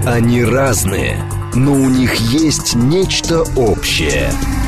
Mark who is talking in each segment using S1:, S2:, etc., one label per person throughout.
S1: Они разные, но у них есть нечто общее.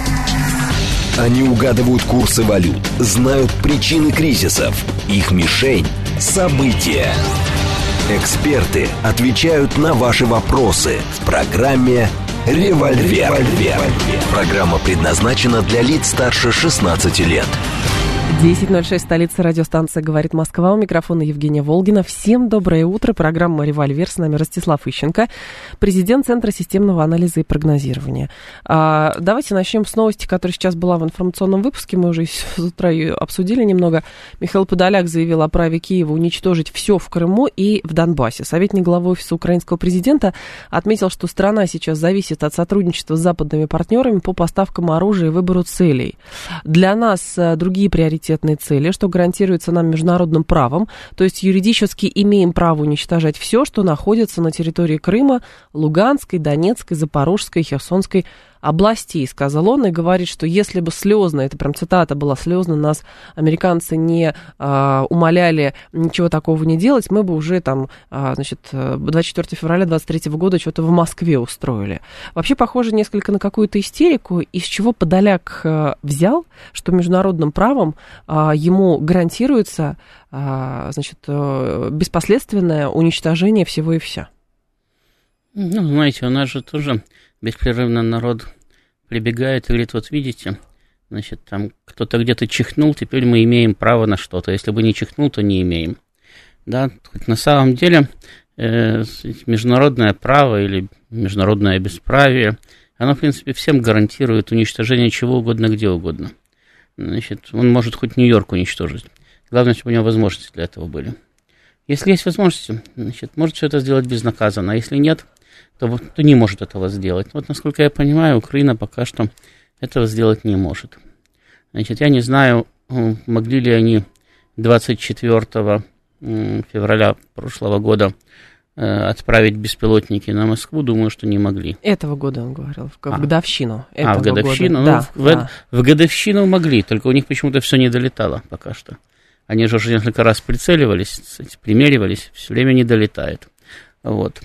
S1: Они угадывают курсы валют, знают причины кризисов. Их мишень – события. Эксперты отвечают на ваши вопросы в программе «Револьвер». Программа предназначена для лиц старше 16 лет.
S2: 10:06, столица, радиостанция «Говорит Москва». У микрофона Евгения Волгина. Всем доброе утро. Программа «Револьвер». С нами Ростислав Ищенко, президент Центра системного анализа и прогнозирования. Давайте начнем с новости, которая сейчас была в информационном выпуске. Мы уже с утра ее обсудили немного. Михаил Подоляк заявил о праве Киева уничтожить все в Крыму и в Донбассе. Советник главы офиса украинского президента отметил, что страна сейчас зависит от сотрудничества с западными партнерами по поставкам оружия и выбору целей. Для нас другие приоритетные цели, что гарантируется нам международным правом, то есть юридически имеем право уничтожать все, что находится на территории Крыма, Луганской, Донецкой, Запорожской, Херсонской областей, сказал он, и говорит, что если бы слезно, это прям цитата была, слезно нас американцы не умоляли ничего такого не делать, мы бы уже там, 24 февраля 23 года что-то в Москве устроили. Вообще похоже несколько на какую-то истерику, из чего Подоляк взял, что международным правом ему гарантируется, беспоследственное уничтожение всего и вся.
S3: Ну, знаете, у нас же тоже беспрерывно народ прибегает и говорит, вот видите, там кто-то где-то чихнул, теперь мы имеем право на что-то. Если бы не чихнул, то не имеем. Да, хоть на самом деле международное право или международное бесправие, оно, в принципе, всем гарантирует уничтожение чего угодно, где угодно. Он может хоть Нью-Йорк уничтожить. Главное, чтобы у него возможности для этого были. Если есть возможности, может все это сделать безнаказанно, а если нет, то не может этого сделать. Вот, насколько я понимаю, Украина пока что этого сделать не может. Я не знаю, могли ли они 24 февраля прошлого года отправить беспилотники на Москву, думаю, что не могли.
S2: Этого года, он говорил, в годовщину.
S3: В годовщину?
S2: Года. Да,
S3: в годовщину могли, только у них почему-то все не долетало пока что. Они же уже несколько раз прицеливались, примеривались, все время не долетает. Вот.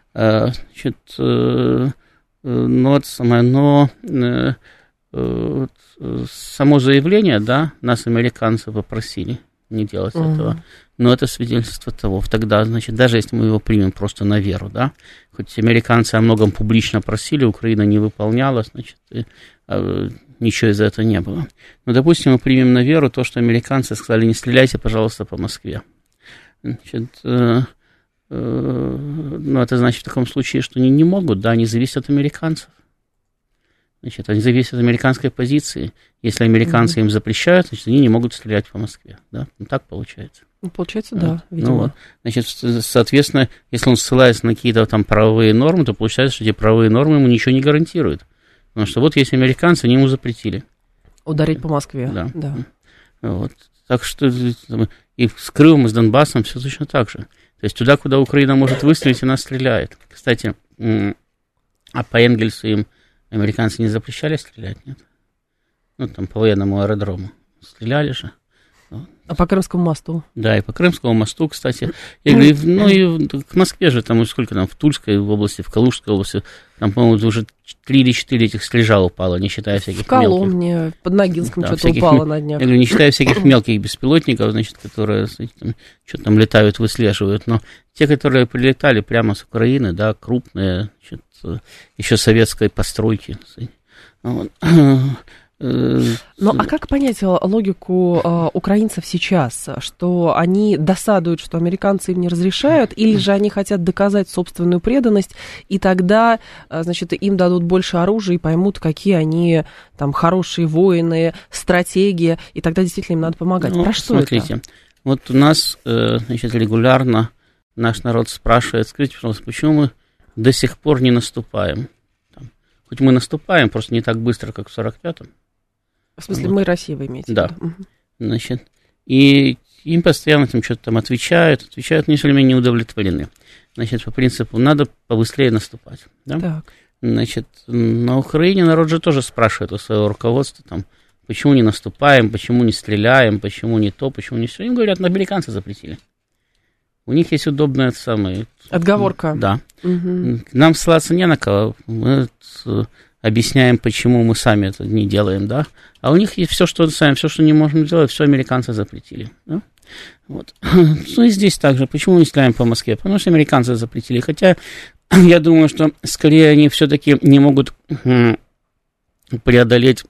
S3: Само заявление, да, нас американцы попросили не делать этого, но это свидетельство того. Тогда, даже если мы его примем просто на веру, да, хоть американцы о многом публично просили, Украина не выполняла, ничего из-за этого не было. Но, допустим, мы примем на веру то, что американцы сказали, не стреляйте, пожалуйста, по Москве. Это значит в таком случае, что они не могут, да, они зависят от американцев. Они зависят от американской позиции. Если американцы им запрещают, значит, они не могут стрелять по Москве. Да? Так получается.
S2: Получается, да, видимо.
S3: Соответственно, если он ссылается на какие-то там правовые нормы, то получается, что эти правовые нормы ему ничего не гарантируют. Потому что вот есть американцы, они ему запретили.
S2: Ударить по Москве.
S3: Да. Вот. Так что и с Крымом, и с Донбассом все точно так же. То есть туда, куда Украина может выстрелить, она стреляет. Кстати, а по Энгельсу им американцы не запрещали стрелять, нет? По военному аэродрому. Стреляли же.
S2: А по Крымскому мосту?
S3: Да, и по Крымскому мосту, кстати. Я говорю, и к Москве же, сколько там, в Тульской области, в Калужской области, там, по-моему, уже 3 или 4 этих стрижа упало, не считая всяких мелких. В
S2: Коломне, под Ногинском что-то упало на днях.
S3: Я говорю, не считая всяких мелких беспилотников, которые что-то там летают, выслеживают, но те, которые прилетали прямо с Украины, да, крупные, еще советской постройки.
S2: А как понять логику украинцев сейчас, что они досадуют, что американцы им не разрешают, или же они хотят доказать собственную преданность, и тогда, им дадут больше оружия и поймут, какие они там хорошие воины, стратеги, и тогда действительно им надо помогать. Про что
S3: смотрите, это? Вот у нас, регулярно наш народ спрашивает, скажите, пожалуйста, почему мы до сих пор не наступаем? Хоть мы наступаем, просто не так быстро, как в 45-м.
S2: В смысле, мы Россия, вы имеете в виду?
S3: Да. И им постоянно что-то там отвечают, но все время не удовлетворены. По принципу, надо побыстрее наступать. Да?
S2: Так.
S3: На Украине народ же тоже спрашивает у своего руководства, почему не наступаем, почему не стреляем, почему не то, почему не все. Им говорят, американцы запретили. У них есть удобная самая...
S2: Отговорка.
S3: Да. Нам ссылаться не на кого. Мы объясняем, почему мы сами это не делаем, да. А у них есть все, что сами, все, что не можем делать, все американцы запретили. Да? Вот. Ну и здесь также. Почему мы стреляем по Москве? Потому что американцы запретили. Хотя я думаю, что скорее они все-таки не могут преодолеть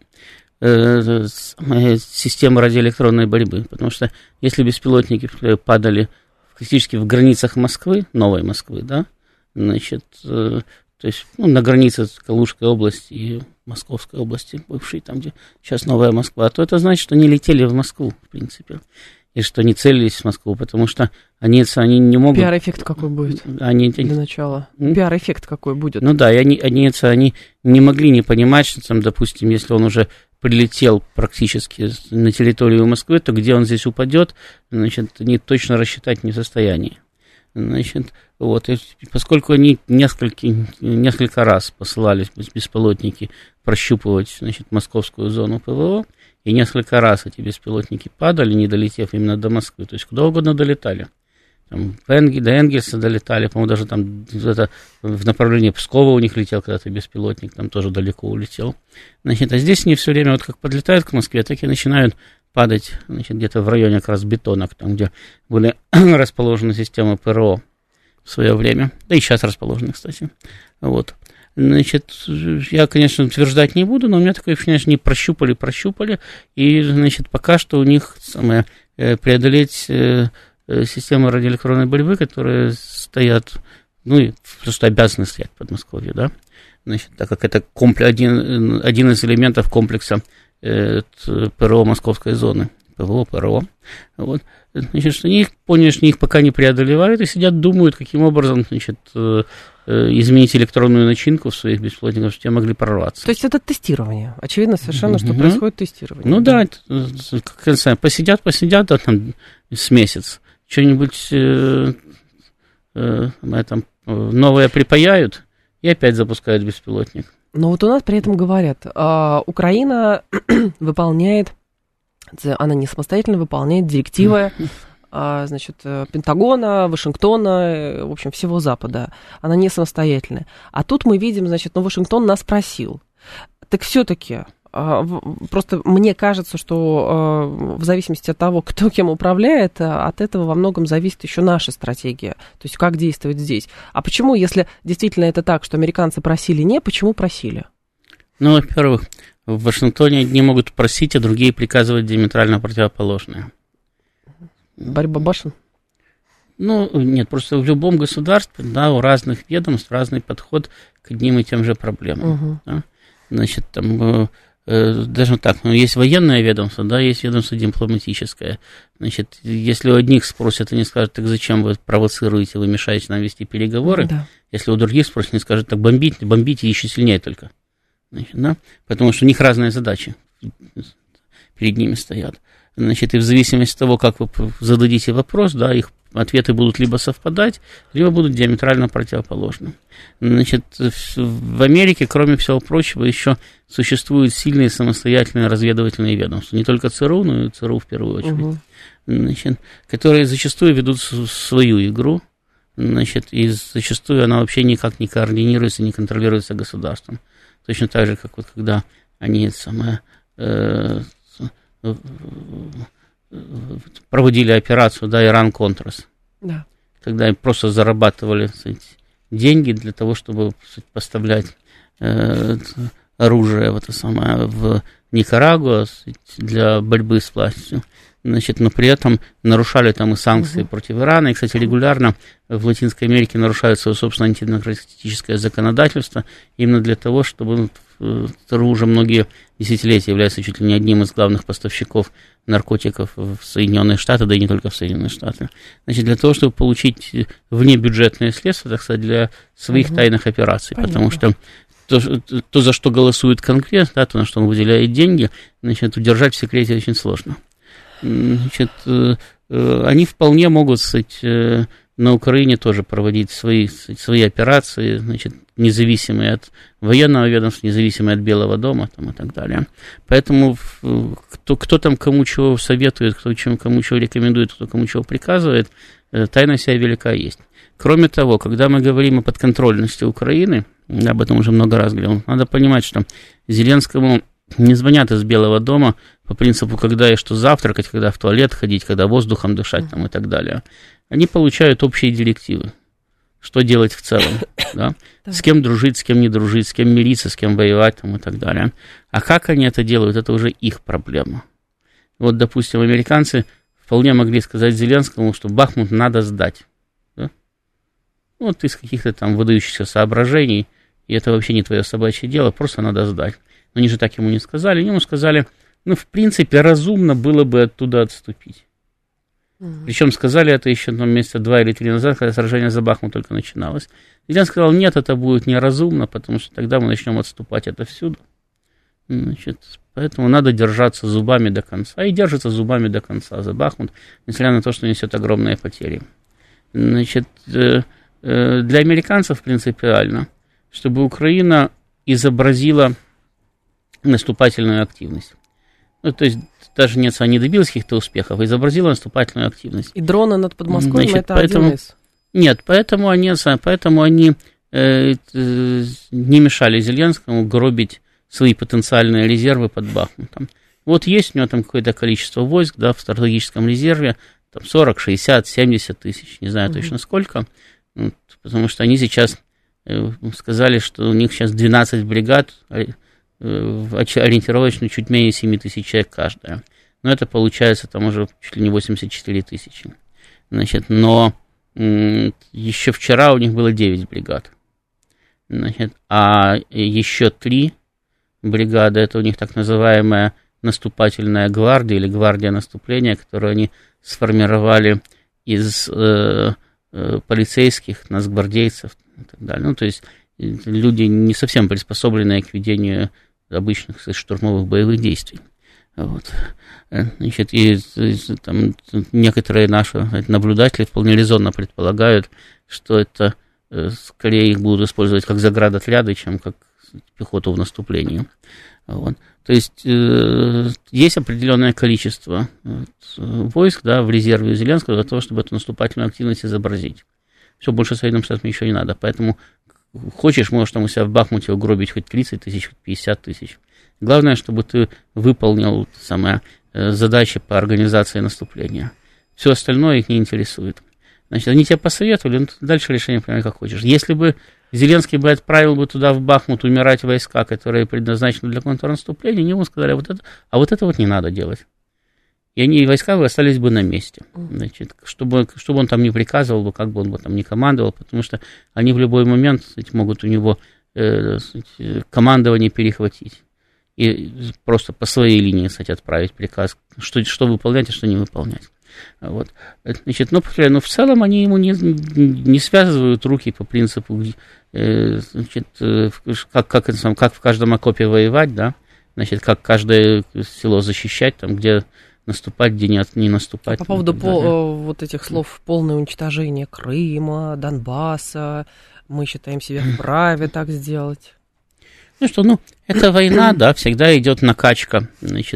S3: систему радиоэлектронной борьбы. Потому что если беспилотники падали фактически в границах Москвы, новой Москвы, да, значит, то есть на границе Калужской области и Московской области, бывшей, там, где сейчас Новая Москва, то это значит, что они летели в Москву, в принципе, и что не целились в Москву, потому что они не могут...
S2: Пиар-эффект какой будет для начала? Пиар-эффект какой будет?
S3: Ну да, и они не могли не понимать, что там, допустим, если он уже прилетел практически на территорию Москвы, то где он здесь упадет, значит, они точно рассчитать не в состоянии. Значит, вот, и поскольку они несколько раз посылались беспилотники прощупывать, значит, московскую зону ПВО, и несколько раз эти беспилотники падали, не долетев именно до Москвы, то есть куда угодно долетали. Там, до Энгельса долетали, по-моему, даже там в направлении Пскова у них летел когда-то беспилотник, там тоже далеко улетел. Значит, а здесь они все время, вот как подлетают к Москве, так и начинают падать, значит, где-то в районе как раз Бетонок, там, где были расположены системы ПРО в свое время, да и сейчас расположены, кстати. Вот. Значит, я, конечно, утверждать не буду, но у меня такое ощущение, что они прощупали, и, значит, пока что у них преодолеть системы радиоэлектронной борьбы, которые стоят, ну, и просто обязаны стоять в Подмосковье, да, значит, так как это один из элементов комплекса ПРО Московской зоны, ПВО. Вот. Значит, что они поняли, что их пока не преодолевают, и сидят, думают, каким образом, значит, изменить электронную начинку в своих беспилотниках, чтобы те могли прорваться.
S2: То есть это тестирование. Очевидно совершенно, что происходит тестирование.
S3: Ну да, как я знаю, посидят, да, там с месяц, что-нибудь новое припаяют и опять запускают беспилотник.
S2: Но вот у нас при этом говорят, Украина выполняет, она не самостоятельно выполняет директивы, значит, Пентагона, Вашингтона, в общем, всего Запада. Она не самостоятельная. А тут мы видим, значит, Вашингтон нас просил. Так все-таки, просто мне кажется, что в зависимости от того, кто кем управляет, от этого во многом зависит еще наша стратегия. То есть как действовать здесь. А почему, если действительно это так, что американцы просили не, почему просили?
S3: Ну, во-первых, в Вашингтоне одни могут просить, а другие приказывать диаметрально противоположное.
S2: Борьба башен?
S3: Ну, нет, просто в любом государстве, да, у разных ведомств разный подход к одним и тем же проблемам. Да? Значит, там даже так, есть военное ведомство, да, есть ведомство дипломатическое. Значит, если у одних спросят, они скажут, так зачем вы провоцируете, вы мешаете нам вести переговоры? Да. Если у других спросят, они скажут, так бомбите еще сильнее только. Значит, да? Потому что у них разные задачи перед ними стоят. Значит, и в зависимости от того, как вы зададите вопрос, да, их ответы будут либо совпадать, либо будут диаметрально противоположны. Значит, в Америке, кроме всего прочего, еще существуют сильные самостоятельные разведывательные ведомства. Не только ЦРУ, но и ЦРУ в первую очередь. Значит, которые зачастую ведут свою игру, значит, и зачастую она вообще никак не координируется, не контролируется государством. Точно так же, как вот когда они проводили операцию, да, Иран-Контрас. Да. Когда им просто зарабатывали, кстати, деньги для того, чтобы поставлять оружие в Никарагуа для борьбы с властью. Значит, но при этом нарушали там и санкции против Ирана. И, кстати, регулярно в Латинской Америке нарушают свое собственное антидемократическое законодательство именно для того, чтобы ЦРУ уже многие десятилетия является чуть ли не одним из главных поставщиков наркотиков в Соединенные Штаты, да и не только в Соединенные Штаты. Значит, для того, чтобы получить внебюджетные средства, так сказать, для своих тайных операций. Понятно. Потому что то, за что голосует Конгресс, да, то, на что он выделяет деньги, значит, удержать в секрете очень сложно. Значит, они вполне могут, кстати, на Украине тоже проводить свои операции, значит, независимые от военного ведомства, независимые от Белого дома там, и так далее. Поэтому кто там кому чего советует, кто кому чего рекомендует, кто кому чего приказывает, тайна вся велика есть. Кроме того, когда мы говорим о подконтрольности Украины, об этом уже много раз говорил, надо понимать, что Зеленскому не звонят из Белого дома по принципу, когда и что завтракать, когда в туалет ходить, когда воздухом дышать там, и так далее. Они получают общие директивы. Что делать в целом, да? С кем дружить, с кем не дружить, с кем мириться, с кем воевать там, и так далее. А как они это делают, это уже их проблема. Вот, допустим, американцы вполне могли сказать Зеленскому, что Бахмут надо сдать. Да? Вот из каких-то там выдающихся соображений, и это вообще не твое собачье дело, просто надо сдать. Но они же так ему не сказали, ему сказали, ну, в принципе, разумно было бы оттуда отступить. Причем сказали это еще месяца 2 или 3 назад, когда сражение за Бахмут только начиналось. Зеленский сказал, нет, это будет неразумно, потому что тогда мы начнем отступать отовсюду. Значит, поэтому надо держаться зубами до конца. И держится зубами до конца за Бахмут, несмотря на то, что несет огромные потери. Значит, для американцев принципиально, чтобы Украина изобразила наступательную активность. Ну, то есть даже не добилась каких-то успехов, а изобразила наступательную активность.
S2: И дроны над Подмосковьем, значит, это
S3: поэтому, один из... Нет, поэтому они не мешали Зеленскому гробить свои потенциальные резервы под Бахмутом. Вот есть у него там какое-то количество войск, да, в стратегическом резерве, там 40, 60, 70 тысяч, не знаю точно сколько, вот, потому что они сейчас сказали, что у них сейчас 12 бригад, ориентировочно чуть менее 7 тысяч человек каждая. Но это получается там уже чуть ли не 84 тысячи. Значит, но еще вчера у них было 9 бригад. Значит, а еще 3 бригады, это у них так называемая наступательная гвардия или гвардия наступления, которую они сформировали из полицейских, нацгвардейцев и так далее. Ну, то есть люди не совсем приспособленные к ведению обычных штурмовых боевых действий. Вот. Значит, и там некоторые наши наблюдатели вполне резонно предполагают, что это скорее их будут использовать как заградотряды, чем как пехоту в наступлении. Вот. То есть есть определенное количество войск, да, в резерве Зеленского для того, чтобы эту наступательную активность изобразить. Все, больше Соединенным Штатам еще не надо. Поэтому хочешь, можешь там у себя в Бахмуте угробить хоть 30 тысяч, хоть 50 тысяч. Главное, чтобы ты выполнил задачи по организации наступления. Все остальное их не интересует. Значит, они тебе посоветовали, ну, дальше решение принимай как хочешь. Если бы Зеленский бы отправил бы туда в Бахмут умирать войска, которые предназначены для контрнаступления, ему сказали, вот это вот не надо делать. И войска бы остались бы на месте. Значит, чтобы он там не приказывал бы, как бы он бы там не командовал, потому что они в любой момент, кстати, могут у него командование перехватить. И просто по своей линии, кстати, отправить приказ, что выполнять, а что не выполнять. Вот. Значит, но в целом они ему не связывают руки по принципу, значит, как в каждом окопе воевать, да, значит, как каждое село защищать, там, где наступать, где не наступать.
S2: По поводу вот этих слов полное уничтожение Крыма, Донбасса, мы считаем себя вправе так сделать.
S3: Ну что, это война, да, всегда идет накачка, значит,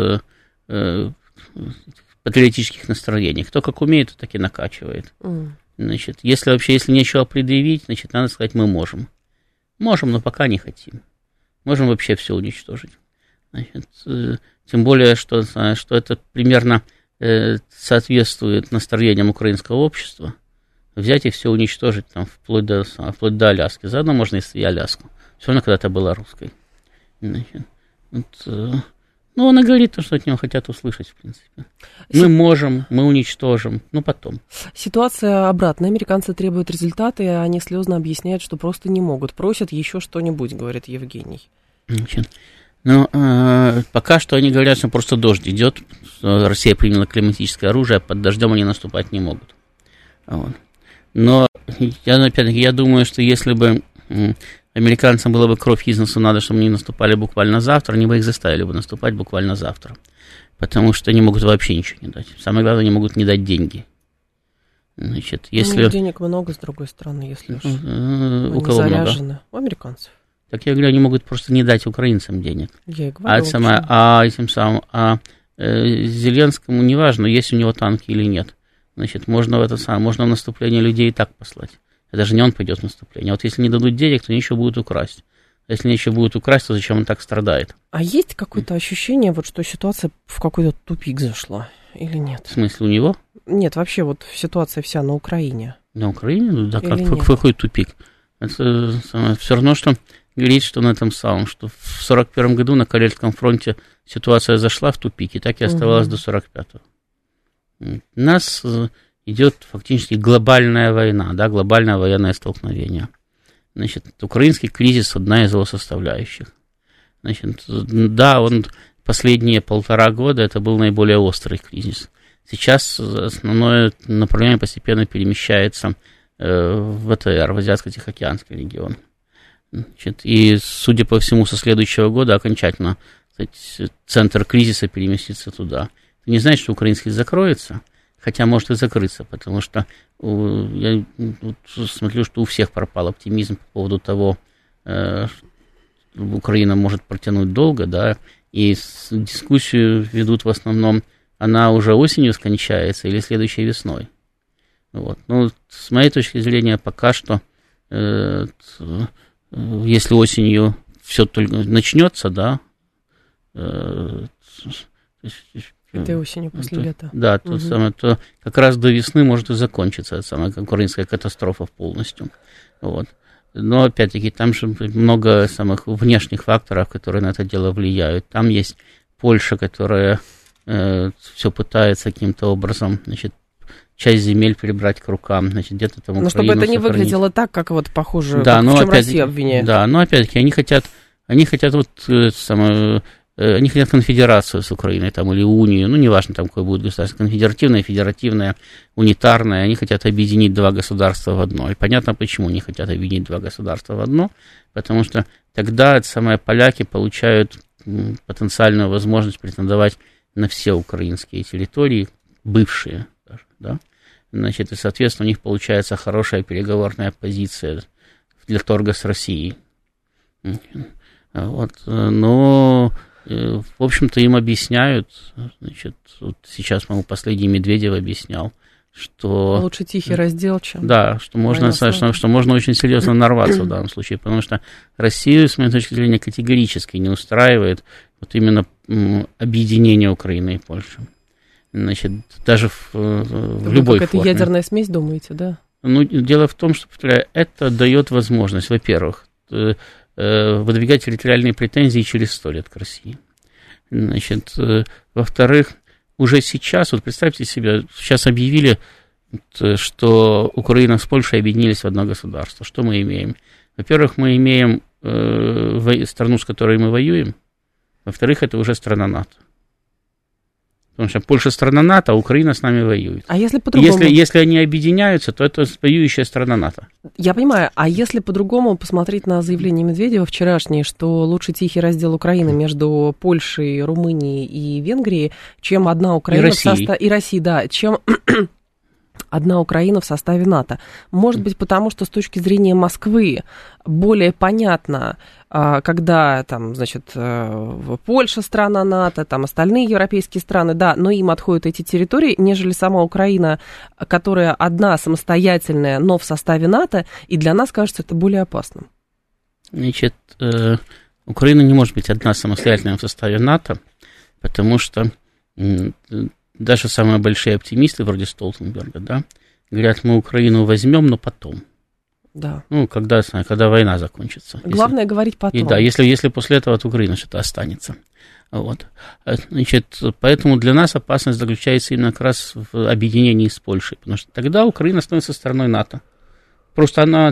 S3: патриотических настроений. Кто как умеет, то так и накачивает. Значит, если нечего предъявить, значит, надо сказать, мы можем. Можем, но пока не хотим. Можем вообще все уничтожить. Значит, тем более, что это примерно соответствует настроениям украинского общества. Взять и все уничтожить там, вплоть до Аляски. Заодно можно и Аляску. Все равно когда-то была русской. Значит, он и говорит то, что от него хотят услышать, в принципе. Мы можем, мы уничтожим, потом.
S2: Ситуация обратная. Американцы требуют результаты, и они слезно объясняют, что просто не могут. Просят еще что-нибудь, говорит Евгений.
S3: Значит, пока что они говорят, что просто дождь идет, что Россия приняла климатическое оружие, а под дождем они наступать не могут. Вот. Но я думаю, что если бы американцам было бы кровь из носу надо, чтобы они наступали буквально завтра, они бы их заставили бы наступать буквально завтра. Потому что они могут вообще ничего не дать. Самое главное, они могут не дать деньги. Значит, если...
S2: денег много, с другой стороны, если уж
S3: у кого заряжены.
S2: Много? У американцев.
S3: Так я говорю, они могут просто не дать украинцам денег.
S2: Я и говорю,
S3: Зеленскому неважно, есть у него танки или нет. Значит, можно в наступление людей и так послать. Это же не он пойдет в наступление. А вот если не дадут денег, то ничего будут украсть. А если ничего будут украсть, то зачем он так страдает?
S2: А есть какое-то ощущение, вот, что ситуация в какой-то тупик зашла или нет?
S3: В смысле, у него?
S2: Нет, вообще вот ситуация вся на Украине.
S3: На Украине? Ну, да, какой тупик? Это все равно, что говорить, что на этом самом, что в 1941 году на Карельском фронте ситуация зашла в тупик, и так и оставалась до 1945-го. У нас идет фактически глобальная война, да, глобальное военное столкновение. Значит, украинский кризис – одна из его составляющих. Значит, да, он последние 1,5 года это был наиболее острый кризис. Сейчас основное направление постепенно перемещается в ВТР, в Азиатско-Тихоокеанский регион. Значит, и, судя по всему, со следующего года окончательно, кстати, центр кризиса переместится туда. Это не значит, что украинский закроется, хотя может и закрыться, потому что я смотрю, что у всех пропал оптимизм по поводу того, что Украина может протянуть долго, да, и дискуссию ведут в основном, она уже осенью скончается или следующей весной. Вот. Ну, с моей точки зрения, пока что, если осенью все только начнется, да,
S2: этой осенью после лета.
S3: Да, то как раз до весны может и закончиться эта самая украинская катастрофа полностью. Вот. Но, опять-таки, там же много самых внешних факторов, которые на это дело влияют. Там есть Польша, которая все пытается каким-то образом, значит, часть земель перебрать к рукам, значит, где-то там Украину.
S2: Но чтобы это не
S3: сохранить.
S2: Выглядело так, как вот похоже,
S3: да,
S2: как в чем Россия обвиняет.
S3: Да, но опять-таки они хотят вот они хотят конфедерацию с Украиной там, или унию, ну, неважно, там какое будет государство, конфедеративное, федеративное, унитарное, они хотят объединить два государства в одно. И понятно, почему они хотят объединить два государства в одно, потому что тогда поляки получают потенциальную возможность претендовать на все украинские территории, бывшие даже, да, значит, и, соответственно, у них получается хорошая переговорная позиция для торга с Россией. Вот, но, в общем-то, им объясняют, значит, вот сейчас, по-моему, последний Медведев объяснял, что...
S2: Лучше тихий раздел, чем...
S3: Да, что можно очень серьезно нарваться в данном случае, потому что Россию, с моей точки зрения, категорически не устраивает вот именно объединение Украины и Польши. Значит, даже в любой форме.
S2: Это ядерная смесь, думаете, да?
S3: Ну, дело в том, что, повторяю, это дает возможность, во-первых, выдвигать территориальные претензии через 100 лет к России. Значит, во-вторых, уже сейчас, вот представьте себе, сейчас объявили, что Украина с Польшей объединились в одно государство. Что мы имеем? Во-первых, мы имеем страну, с которой мы воюем. Во-вторых, это уже страна НАТО. Потому что Польша страна НАТО, а Украина с нами воюет.
S2: А если по-другому?
S3: Если они объединяются, то это воюющая страна НАТО.
S2: Я понимаю. А если по-другому посмотреть на заявление Медведева вчерашнее, что лучше тихий раздел Украины между Польшей, Румынией и Венгрией, чем одна Украина и Россией, да, чем одна Украина в составе НАТО. Может быть, потому что с точки зрения Москвы более понятно, когда там, значит, Польша страна НАТО, там остальные европейские страны, да, но им отходят эти территории, нежели сама Украина, которая одна самостоятельная, но в составе НАТО, и для нас кажется это более опасным.
S3: Значит, Украина не может быть одна самостоятельная в составе НАТО, потому что даже самые большие оптимисты, вроде Столтенберга, да, говорят, мы Украину возьмем, но потом.
S2: Да.
S3: Ну, когда война закончится.
S2: Главное говорить потом.
S3: И да, если после этого от Украины что-то останется. Вот. Значит, поэтому для нас опасность заключается именно как раз в объединении с Польшей, потому что тогда Украина становится стороной НАТО. Просто она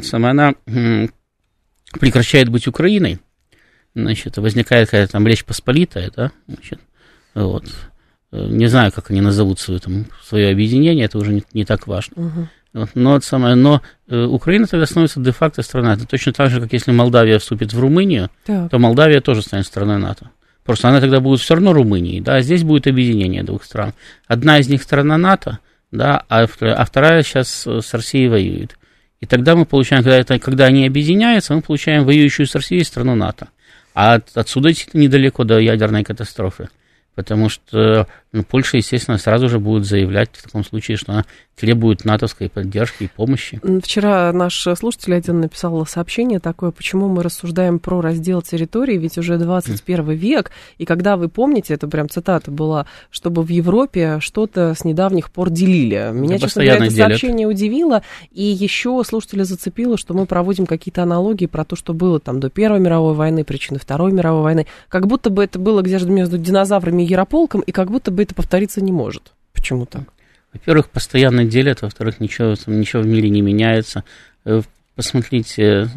S3: прекращает быть Украиной, значит, возникает какая-то там Речь Посполитая, да, значит, вот. Не знаю, как они назовут свое объединение, это уже не так важно. Вот, но Украина тогда становится де-факто страной. Это точно так же, как если Молдавия вступит в Румынию, то Молдавия тоже станет страной НАТО. Просто она тогда будет все равно Румынией, да, а здесь будет объединение двух стран. Одна из них страна НАТО, да, а вторая сейчас с Россией воюет. И тогда мы получаем, когда они объединяются, мы получаем воюющую с Россией страну НАТО. А отсюда недалеко до ядерной катастрофы. Потому что Польша, естественно, сразу же будет заявлять в таком случае, что она требует натовской поддержки и помощи.
S2: Вчера наш слушатель один написал сообщение такое, почему мы рассуждаем про раздел территории, ведь уже 21 век, и когда вы помните, это прям цитата была, чтобы в Европе что-то с недавних пор делили. Меня, честно говоря, это сообщение удивило, и еще слушателя зацепило, что мы проводим какие-то аналогии про то, что было там до Первой мировой войны, причины Второй мировой войны, как будто бы это было где-то между динозаврами и Ярополком, и как будто бы это повториться не может. Почему так?
S3: Во-первых, постоянно делят, во-вторых, ничего в мире не меняется. Посмотрите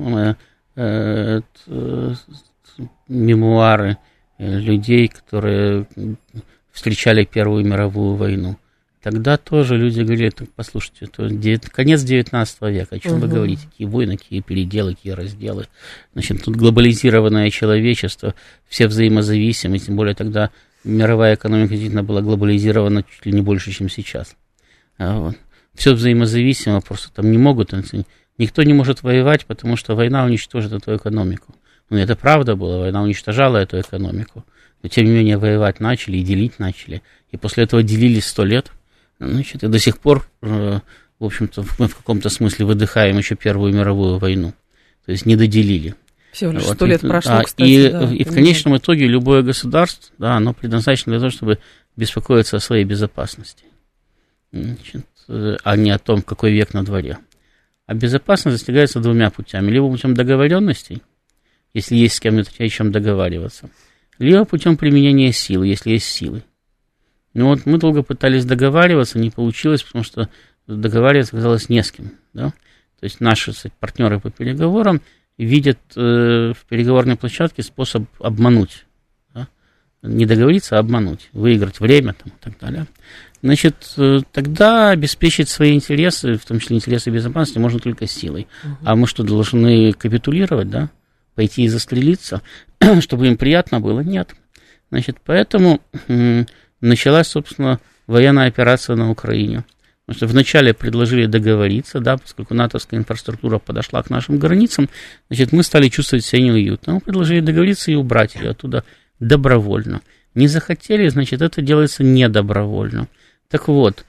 S3: мемуары людей, которые встречали Первую мировую войну. Тогда тоже люди говорили, послушайте, это конец 19 века, о чем вы говорите, какие войны, какие переделы, какие разделы. Значит, тут глобализированное человечество, все взаимозависимы, тем более тогда мировая экономика действительно была глобализирована чуть ли не больше, чем сейчас. Вот. Все взаимозависимо, просто там не могут, никто не может воевать, потому что война уничтожит эту экономику. Ну, это правда было, война уничтожала эту экономику, но тем не менее воевать начали и делить начали, и после этого делились 100 лет, значит, и до сих пор, в общем-то, мы в каком-то смысле выдыхаем еще Первую мировую войну, то есть не доделили.
S2: Всего лишь 100 лет прошло, кстати.
S3: И в конечном итоге любое государство, да, оно предназначено для того, чтобы беспокоиться о своей безопасности, значит, а не о том, какой век на дворе. А безопасность достигается двумя путями. Либо путем договоренностей, если есть с кем-то о чем договариваться, либо путем применения силы, если есть силы. Ну вот мы долго пытались договариваться, не получилось, потому что договариваться оказалось не с кем. Да? То есть наши партнеры по переговорам видят в переговорной площадке способ обмануть. Да? Не договориться, а обмануть, выиграть время там, и так далее. Значит, тогда обеспечить свои интересы, в том числе интересы безопасности, можно только силой. А мы что, должны капитулировать, да? Пойти и застрелиться, чтобы им приятно было? Нет. Значит, поэтому началась, собственно, военная операция на Украине. Потому что вначале предложили договориться, да, поскольку натовская инфраструктура подошла к нашим границам, значит, мы стали чувствовать себя неуютно. Мы предложили договориться и убрать ее оттуда добровольно. Не захотели, значит, это делается недобровольно. Так вот,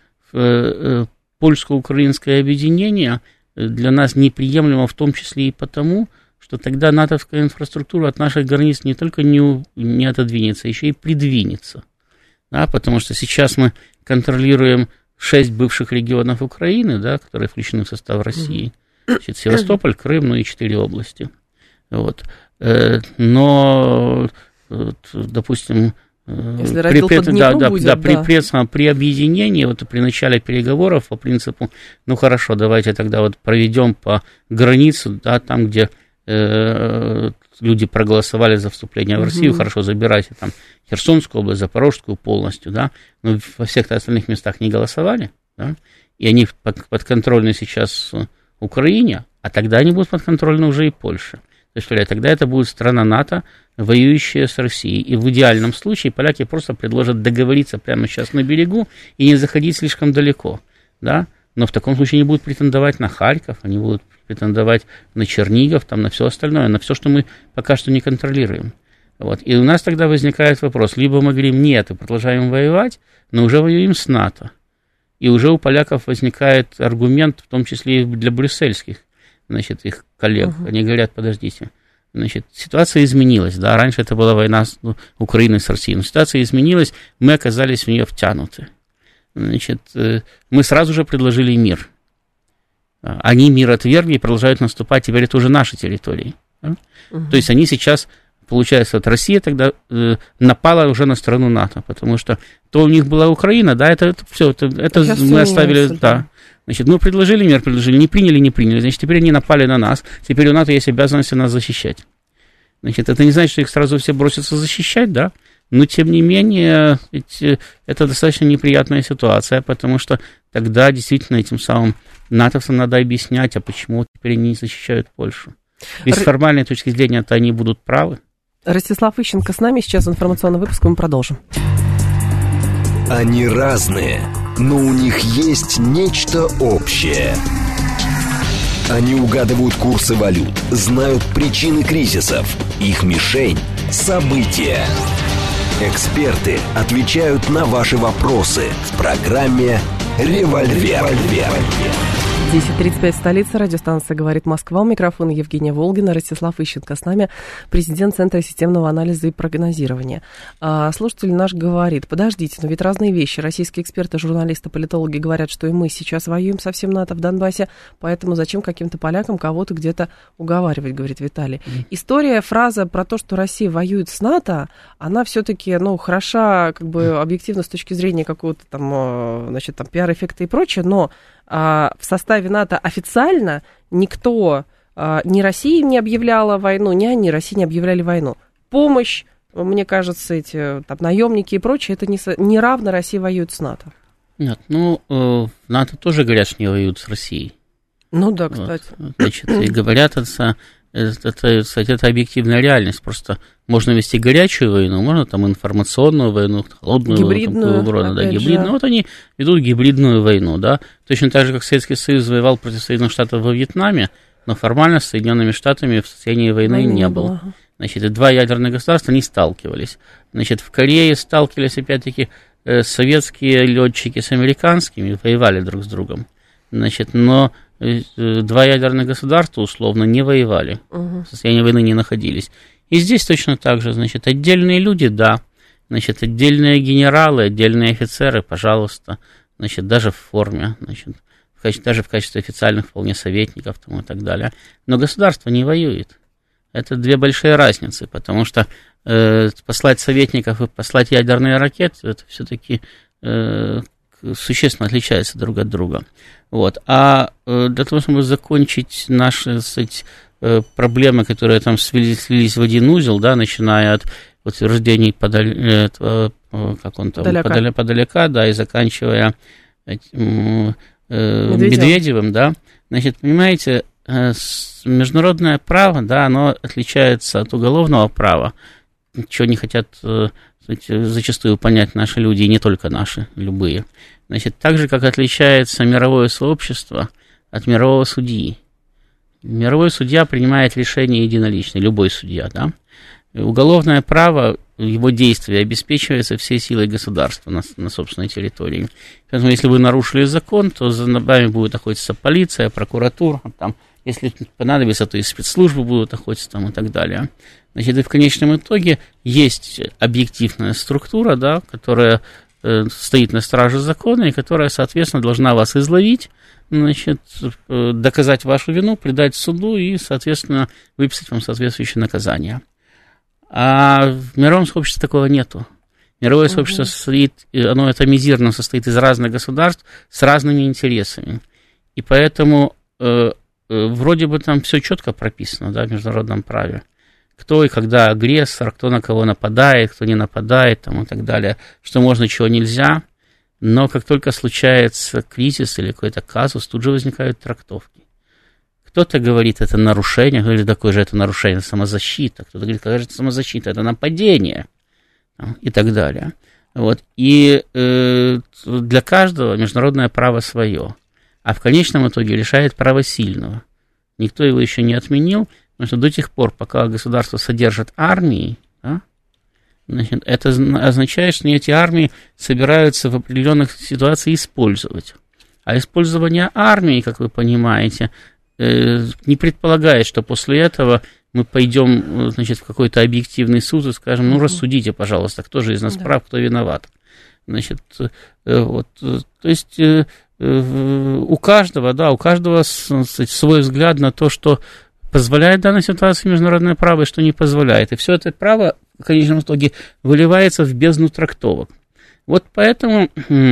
S3: польско-украинское объединение для нас неприемлемо в том числе и потому, что тогда натовская инфраструктура от наших границ не только не отодвинется, еще и придвинется. Да, потому что сейчас мы контролируем 6 бывших регионов Украины, да, которые включены в состав России. Значит, Севастополь, Крым, ну и 4 области. Вот. Но, допустим, при объединении, вот при начале переговоров по принципу, ну хорошо, давайте тогда вот проведем по границу, да, там, где люди проголосовали за вступление в Россию, хорошо, забирайте там Херсонскую область, Запорожскую полностью, да, но во всех остальных местах не голосовали, да, и они подконтрольны сейчас Украине, а тогда они будут подконтрольны уже и Польше. То есть, тогда это будет страна НАТО, воюющая с Россией. И в идеальном случае поляки просто предложат договориться прямо сейчас на берегу и не заходить слишком далеко. Да? Но в таком случае они будут претендовать на Харьков, они будут претендовать на Чернигов, там, на все остальное, на все, что мы пока что не контролируем. Вот. И у нас тогда возникает вопрос, либо мы говорим нет и продолжаем воевать, но уже воюем с НАТО. И уже у поляков возникает аргумент, в том числе и для брюссельских, значит, их коллег. Они говорят, подождите, значит, ситуация изменилась, да, раньше это была война Украины с Россией, но ситуация изменилась, мы оказались в нее втянуты. Значит, мы сразу же предложили мир. Они мир отвергли и продолжают наступать, теперь это уже наши территории. Да? То есть они сейчас, получается, вот Россия тогда напала уже на страну НАТО, потому что то у них была Украина, да, это все, это мы оставили, да. Значит, мы предложили мир, не приняли, значит, теперь они напали на нас, теперь у НАТО есть обязанность нас защищать. Значит, это не значит, что их сразу все бросятся защищать, да, но, тем не менее, ведь это достаточно неприятная ситуация, потому что тогда действительно этим самым натовцам надо объяснять, а почему теперь они не защищают Польшу. Ведь с формальной точки зрения-то они будут правы.
S2: Ростислав Ищенко с нами, сейчас информационный выпуск, мы продолжим.
S1: Они разные, но у них есть нечто общее. Они угадывают курсы валют, знают причины кризисов. Их мишень – события. Эксперты отвечают на ваши вопросы в программе «Револьвер».
S2: 10:35, столица, радиостанция «Говорит Москва». У микрофона Евгения Волгина, Ростислав Ищенко. С нами президент Центра системного анализа и прогнозирования. Слушатель наш говорит: подождите, но ведь разные вещи. Российские эксперты, журналисты, политологи говорят, что и мы сейчас воюем со всем НАТО в Донбассе, поэтому зачем каким-то полякам кого-то где-то уговаривать, говорит Виталий. История, фраза про то, что Россия воюет с НАТО, она все-таки, хороша, объективно с точки зрения какого-то там, пиар-эффекта и прочее, но в составе НАТО официально никто, ни Россия не объявляла войну, ни они, Россия, не объявляли войну. Помощь, мне кажется, эти там наемники и прочее, это не равно Россия воюет с НАТО. Нет,
S3: в НАТО тоже говорят, что не воюют с Россией.
S2: Ну да, кстати.
S3: Вот, значит, и говорят, это объективная реальность. Просто можно вести горячую войну, можно там информационную войну, холодную
S2: гибридную,
S3: войну, гибридную. Вот они ведут гибридную войну, да. Точно так же, как Советский Союз воевал против Соединенных Штатов во Вьетнаме, но формально с Соединенными Штатами в состоянии войны не было. Значит, и два ядерных государства не сталкивались. Значит, в Корее сталкивались, опять-таки, советские летчики с американскими, воевали друг с другом. Значит, но два ядерных государства условно не воевали, в состоянии войны не находились. И здесь точно так же, значит, отдельные люди, да, значит, отдельные генералы, отдельные офицеры, пожалуйста, значит, даже в форме, значит, даже в качестве официальных вполне советников там, и так далее. Но государство не воюет. Это две большие разницы, потому что послать советников и послать ядерные ракеты, это все-таки существенно отличаются друг от друга. Вот. А для того, чтобы закончить наши, проблемы, которые там слились в один узел, да, начиная от утверждений Подоляка, да, и заканчивая Медведевым, да, значит, понимаете, международное право, да, оно отличается от уголовного права, чего не хотят зачастую понять наши люди, и не только наши, любые. Значит, так же, как отличается мировое сообщество от мирового судьи. Мировой судья принимает решение единолично, любой судья, да. Уголовное право, его действие обеспечивается всей силой государства на собственной территории. Поэтому, если вы нарушили закон, то за вами будет охотиться полиция, прокуратура, там, если понадобится, то и спецслужбы будут охотиться там, и так далее. Значит, и в конечном итоге есть объективная структура, да, которая стоит на страже закона и которая, соответственно, должна вас изловить, значит, доказать вашу вину, предать суду и, соответственно, выписать вам соответствующее наказание. А в мировом сообществе такого нету. Мировое сообщество состоит, оно атомизировано, состоит из разных государств с разными интересами. И поэтому вроде бы там все четко прописано, да, в международном праве. Кто и когда агрессор, кто на кого нападает, кто не нападает, там, и так далее, что можно, чего нельзя. Но как только случается кризис или какой-то казус, тут же возникают трактовки. Кто-то говорит, это нарушение, или такое же это нарушение, самозащита. Кто-то говорит, какая же это самозащита, это нападение, там, и так далее. Вот. И для каждого международное право свое. А в конечном итоге решает право сильного. Никто его еще не отменил, потому что до тех пор, пока государство содержит армии, да, значит, это означает, что эти армии собираются в определенных ситуациях использовать. А использование армии, как вы понимаете, не предполагает, что после этого мы пойдем, значит, в какой-то объективный суд и скажем, рассудите, пожалуйста, кто же из нас прав, кто виноват. Значит, вот, то есть у каждого свой взгляд на то, что позволяет в данной ситуации международное право и что не позволяет. И все это право в конечном итоге выливается в бездну трактовок. Вот поэтому,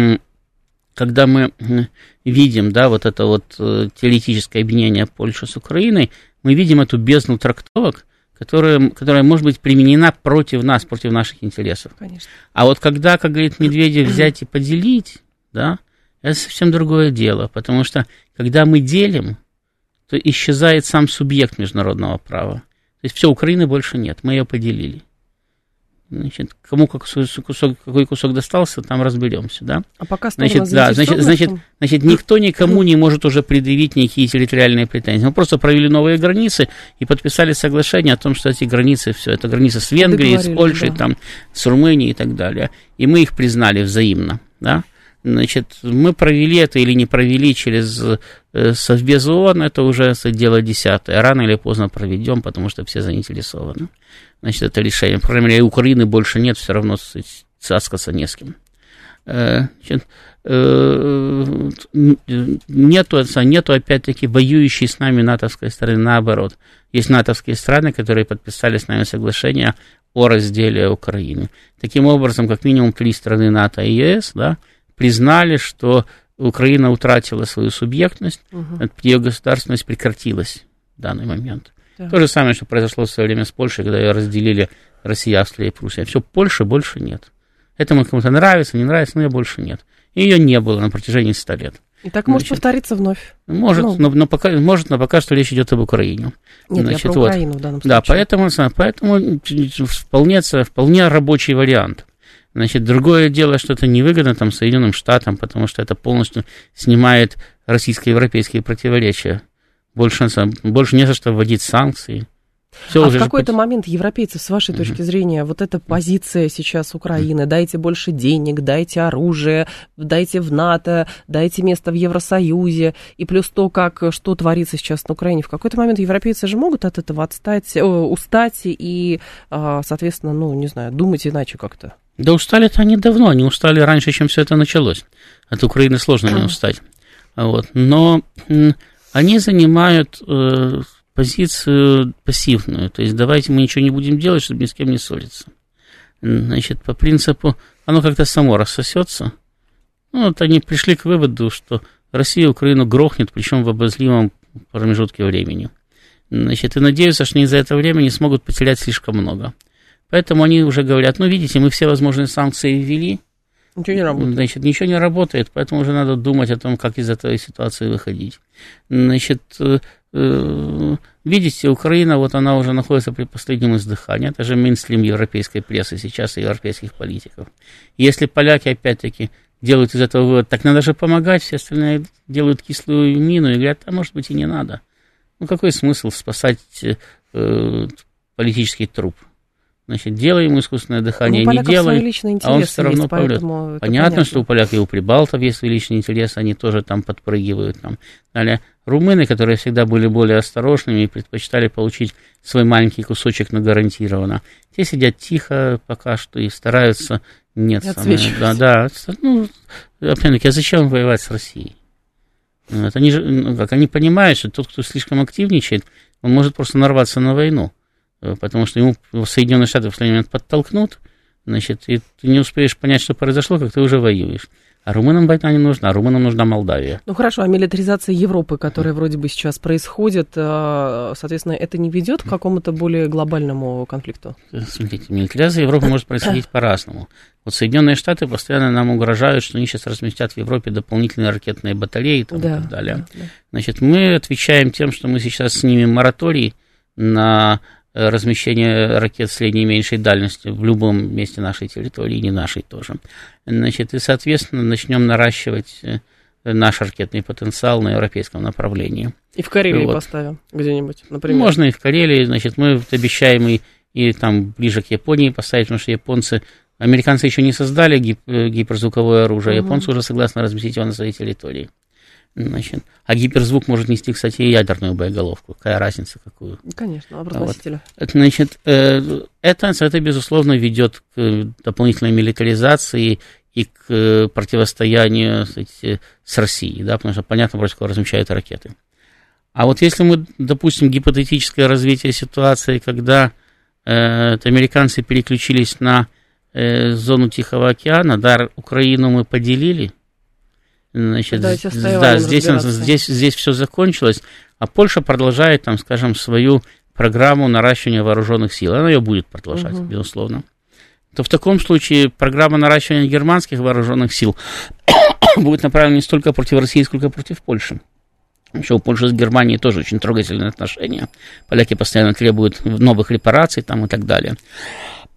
S3: когда мы видим, да, вот это вот теоретическое объединение Польши с Украиной, мы видим эту бездну трактовок, которая может быть применена против нас, против наших интересов. Конечно. А вот когда, как говорит Медведев, взять и поделить, да, это совсем другое дело, потому что когда мы делим, то исчезает сам субъект международного права. То есть все, Украины больше нет, мы ее поделили. Значит, кому какой кусок достался, там разберемся, да?
S2: А пока
S3: значит, никто никому не может уже предъявить никакие территориальные претензии. Мы просто провели новые границы и подписали соглашение о том, что эти границы, все, это границы с Венгрией, с Польшей, там, с Румынией и так далее. И мы их признали взаимно, да? Значит, мы провели это или не провели через Совбез ООН, это уже дело 10-е. Рано или поздно проведем, потому что все заинтересованы. Значит, это решение. По крайней мере, Украины больше нет, все равно цаскаться не с кем. Значит, нету, опять-таки, воюющей с нами натовской страны, наоборот. Есть натовские страны, которые подписали с нами соглашение о разделе Украины. Таким образом, как минимум 3 страны НАТО и ЕС, да, признали, что Украина утратила свою субъектность, ее государственность прекратилась в данный момент. Да. То же самое, что произошло в свое время с Польшей, когда ее разделили Россия, Австрия и Пруссия. Все, Польши больше нет. Это кому-то нравится, не нравится, но ее больше нет. И ее не было на протяжении 100 лет.
S2: И так может повториться вновь.
S3: Может, но пока что речь идет об Украине.
S2: Нет, я про Украину в данном случае.
S3: Да, поэтому вполне рабочий вариант. Значит, другое дело, что это невыгодно там Соединенным Штатам, потому что это полностью снимает российско-европейские противоречия. Больше не за что вводить санкции.
S2: В какой-то момент европейцы, с вашей точки зрения, вот эта позиция сейчас Украины, дайте больше денег, дайте оружие, дайте в НАТО, дайте место в Евросоюзе, и плюс то, что творится сейчас на Украине, в какой-то момент европейцы же могут от этого устать и, соответственно, думать иначе как-то.
S3: Да устали-то они давно, они устали раньше, чем все это началось. От Украины сложно не устать. Вот. Но они занимают позицию пассивную, то есть давайте мы ничего не будем делать, чтобы ни с кем не ссориться. Значит, по принципу, оно как-то само рассосется. Вот они пришли к выводу, что Россия Украину грохнет, причем в обозримом промежутке времени. Значит, и надеются, что они за это время не смогут потерять слишком много. Поэтому они уже говорят, видите, мы все возможные санкции ввели,
S2: ничего не работает.
S3: Значит, ничего не работает, поэтому уже надо думать о том, как из этой ситуации выходить. Значит, видите, Украина, вот она уже находится при последнем издыхании, это же мейнстрим европейской прессы сейчас и европейских политиков. Если поляки, опять-таки, делают из этого вывод, так надо же помогать, все остальные делают кислую мину и говорят, может быть и не надо. Какой смысл спасать политический труп? Значит, делаем ему искусственное дыхание, не делаем, а он все равно повлияет. Понятно, что у поляков и у прибалтов есть свой личный интерес, они тоже там подпрыгивают. Далее, румыны, которые всегда были более осторожными и предпочитали получить свой маленький кусочек, но гарантированно, те сидят тихо пока что и стараются... опять-таки, а зачем воевать с Россией? Они понимают, что тот, кто слишком активничает, он может просто нарваться на войну. Потому что ему Соединенные Штаты в последний момент подтолкнут, значит, и ты не успеешь понять, что произошло, как ты уже воюешь. А румынам война не нужна, румынам нужна Молдавия.
S2: Хорошо, а милитаризация Европы, которая вроде бы сейчас происходит, соответственно, это не ведет к какому-то более глобальному конфликту?
S3: Смотрите, милитаризация Европы может происходить по-разному. Вот Соединенные Штаты постоянно нам угрожают, что они сейчас разместят в Европе дополнительные ракетные батареи и так далее. Да. Значит, мы отвечаем тем, что мы сейчас снимем мораторий на размещение ракет средней и меньшей дальности в любом месте нашей территории, не нашей тоже. Значит, и, соответственно, начнем наращивать наш ракетный потенциал на европейском направлении.
S2: И в Карелии поставим где-нибудь, например?
S3: Можно и в Карелии. Значит, мы обещаем и там ближе к Японии поставить, потому что американцы еще не создали гиперзвуковое оружие, а японцы уже согласны разместить его на своей территории. Значит, а гиперзвук может нести, кстати, и ядерную боеголовку. Какая разница, какую?
S2: Конечно, вопрос носителя.
S3: Значит, это, безусловно, ведет к дополнительной милитаризации и к противостоянию, кстати, с Россией, да, потому что понятно, против кого размещают ракеты. А вот если мы допустим гипотетическое развитие ситуации, когда американцы переключились на зону Тихого океана, да, Украину мы поделили, значит, здесь все закончилось, а Польша продолжает, там, скажем, свою программу наращивания вооруженных сил. Она ее будет продолжать, безусловно. То в таком случае программа наращивания германских вооруженных сил будет направлена не столько против России, сколько против Польши. Еще у Польши с Германией тоже очень трогательные отношения. Поляки постоянно требуют новых репараций там, и так далее.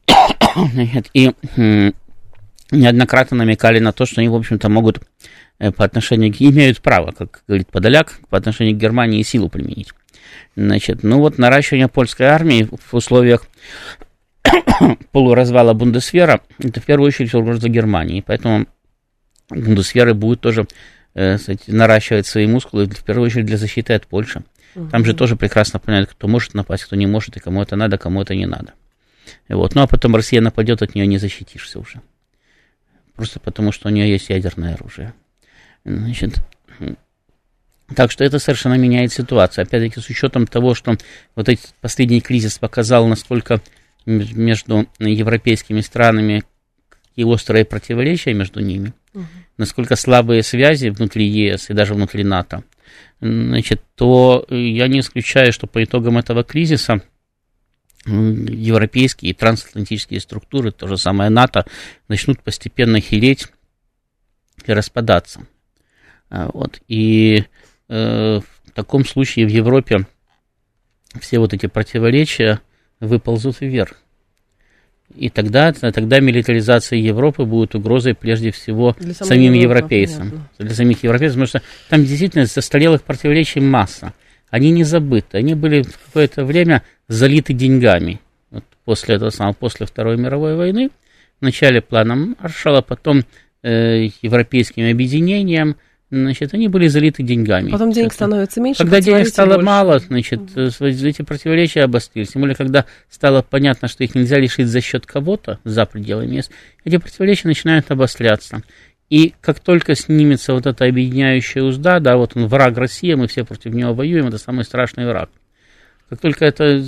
S3: И неоднократно намекали на то, что они, в общем-то, могут по отношению имеют право, как говорит Подоляк, по отношению к Германии силу применить. Значит, ну вот наращивание польской армии в условиях полуразвала Бундесвера, это в первую очередь угроза Германии, поэтому Бундесверы будут тоже наращивать свои мускулы, в первую очередь для защиты от Польши. Там же тоже прекрасно понятно, кто может напасть, кто не может, и кому это надо, кому это не надо. Вот. Ну а потом Россия нападет, от нее не защитишься уже. Просто потому, что у нее есть ядерное оружие. Значит, так что это совершенно меняет ситуацию. Опять-таки, с учетом того, что вот этот последний кризис показал, насколько между европейскими странами и острые противоречия между ними, насколько слабые связи внутри ЕС и даже внутри НАТО, значит, то я не исключаю, что по итогам этого кризиса европейские и трансатлантические структуры, то же самое НАТО, начнут постепенно хилеть и распадаться. Вот. И в таком случае в Европе все вот эти противоречия выползут вверх. И тогда милитаризация Европы будет угрозой прежде всего самим европейцам. Понятно. Для самих европейцев, потому что там действительно застарелых противоречий масса. Они не забыты. Они были в какое-то время залиты деньгами. Вот после Второй мировой войны, вначале планом Маршалла, потом европейским объединением, значит, они были залиты деньгами.
S2: Потом денег становится меньше.
S3: Когда денег стало больше. Мало, значит, эти противоречия обострились. Тем более, когда стало понятно, что их нельзя решить за счет кого-то за пределами ЕС, эти противоречия начинают обостряться. И как только снимется вот эта объединяющая узда, да, вот он враг Россия, мы все против него воюем, это самый страшный враг. Как только это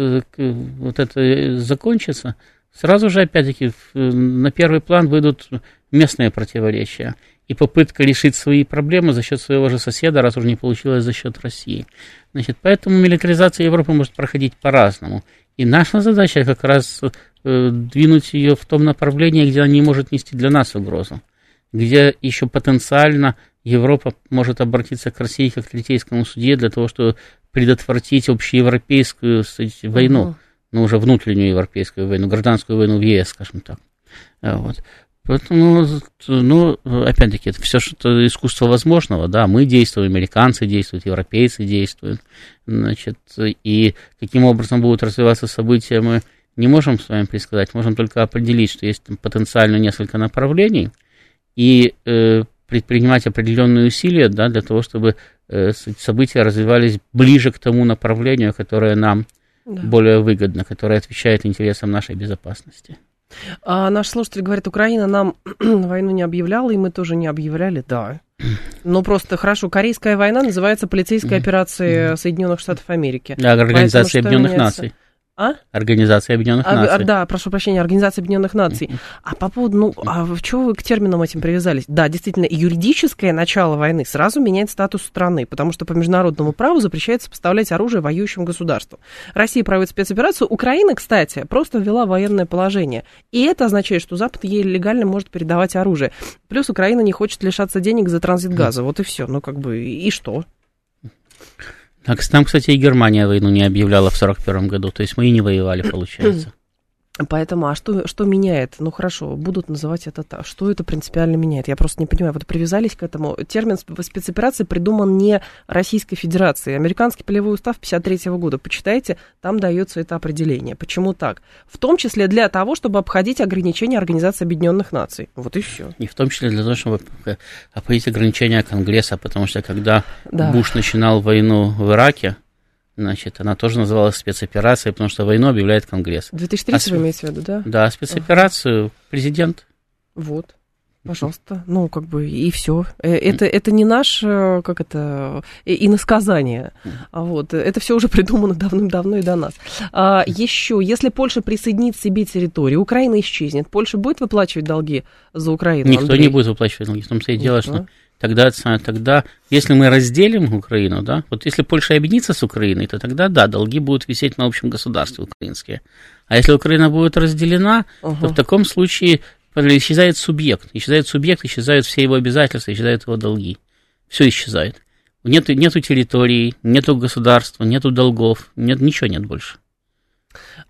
S3: закончится, сразу же, опять-таки, на первый план выйдут местные противоречия. И попытка решить свои проблемы за счет своего же соседа, раз уже не получилось за счет России. Значит, поэтому милитаризация Европы может проходить по-разному. И наша задача как раз двинуть ее в том направлении, где она не может нести для нас угрозу. Где еще потенциально Европа может обратиться к России как к третейскому судье для того, чтобы предотвратить общеевропейскую, кстати, войну, но уже внутреннюю европейскую войну, гражданскую войну в ЕС, скажем так. Вот. Поэтому, опять-таки, это все что-то искусство возможного, да, мы действуем, американцы действуют, европейцы действуют, значит, и каким образом будут развиваться события, мы не можем с вами предсказать, можем только определить, что есть там потенциально несколько направлений, и предпринимать определенные усилия, да, для того, чтобы события развивались ближе к тому направлению, которое нам более выгодно, которое отвечает интересам нашей безопасности.
S2: Наш слушатель говорит, Украина нам войну не объявляла, и мы тоже не объявляли, да. Но просто хорошо, Корейская война называется полицейской операцией Соединенных Штатов Америки.
S3: Да, Организация Объединенных Наций. Организация Объединенных Наций.
S2: Да, прошу прощения, Организация Объединенных Наций. А по поводу, чего вы к терминам этим привязались? Да, действительно, юридическое начало войны сразу меняет статус страны, потому что по международному праву запрещается поставлять оружие воюющим государствам. Россия проводит спецоперацию, Украина, кстати, просто ввела военное положение. И это означает, что Запад ей легально может передавать оружие. Плюс Украина не хочет лишаться денег за транзит газа. Вот и все. Ну, как бы, и что?
S3: Там, кстати, и Германия войну не объявляла в 1941 году, то есть мы и не воевали, получается.
S2: Поэтому, что меняет? Ну, хорошо, будут называть это так. Что это принципиально меняет? Я просто не понимаю. Вот привязались к этому. Термин спецоперации придуман не Российской Федерацией. Американский полевой устав 1953 года. Почитайте, там дается это определение. Почему так? В том числе для того, чтобы обходить ограничения Организации Объединенных Наций. Вот и все.
S3: И в том числе для того, чтобы обходить ограничения Конгресса, потому что когда Буш начинал войну в Ираке, значит, она тоже называлась спецоперацией, потому что войну объявляет Конгресс.
S2: 2003 вы имеете в виду, да?
S3: Да, спецоперацию президент.
S2: Вот, пожалуйста. Ну, как бы, и все. Это не наш, иносказание. Вот. Это все уже придумано давным-давно и до нас. Еще, если Польша присоединит себе территорию, Украина исчезнет, Польша будет выплачивать долги за Украину?
S3: Никто
S2: Андрей?
S3: Не будет выплачивать долги. В том-то и дело, что... Тогда, если мы разделим Украину, да, вот если Польша объединится с Украиной, то тогда, да, долги будут висеть на общем государстве украинские. А если Украина будет разделена, то в таком случае исчезает субъект, исчезают все его обязательства, исчезают его долги. Все исчезает. Нету территории, нету государства, нету долгов, ничего нет больше.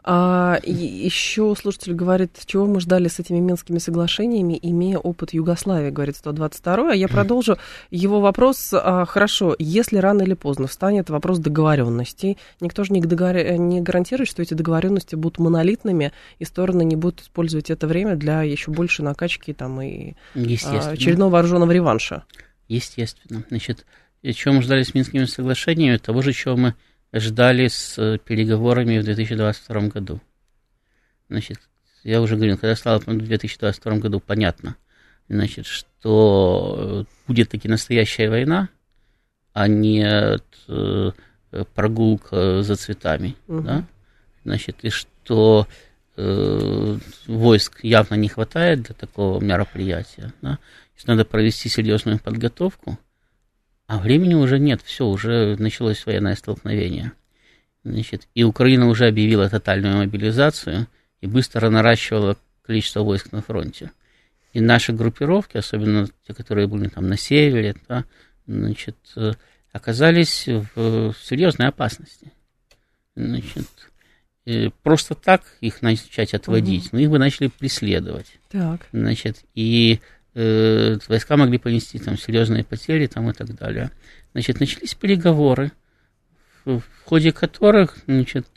S2: Еще слушатель говорит, чего мы ждали с этими Минскими соглашениями, имея опыт Югославии, говорит 122-й. А я продолжу его вопрос. Хорошо, если рано или поздно встанет вопрос договоренностей, никто же не гарантирует, что эти договоренности будут монолитными, и стороны не будут использовать это время для еще большей накачки там, и очередного вооруженного реванша.
S3: Естественно. Значит, чего мы ждали с Минскими соглашениями? Того же, чего мы ждали с переговорами в 2022 году. Значит, я уже говорил, когда стало в 2022 году понятно, значит, что будет таки настоящая война, а не прогулка за цветами, да? Значит, и что войск явно не хватает для такого мероприятия, да? Надо провести серьезную подготовку, а времени уже нет, все, уже началось военное столкновение. Значит, и Украина уже объявила тотальную мобилизацию и быстро наращивала количество войск на фронте. И наши группировки, особенно те, которые были там на севере, да, значит, оказались в серьезной опасности. Значит, просто так их начать отводить, но их бы начали преследовать.
S2: Так.
S3: Значит, и войска могли понести там серьезные потери там, и так далее. Значит, начались переговоры, в ходе которых, значит,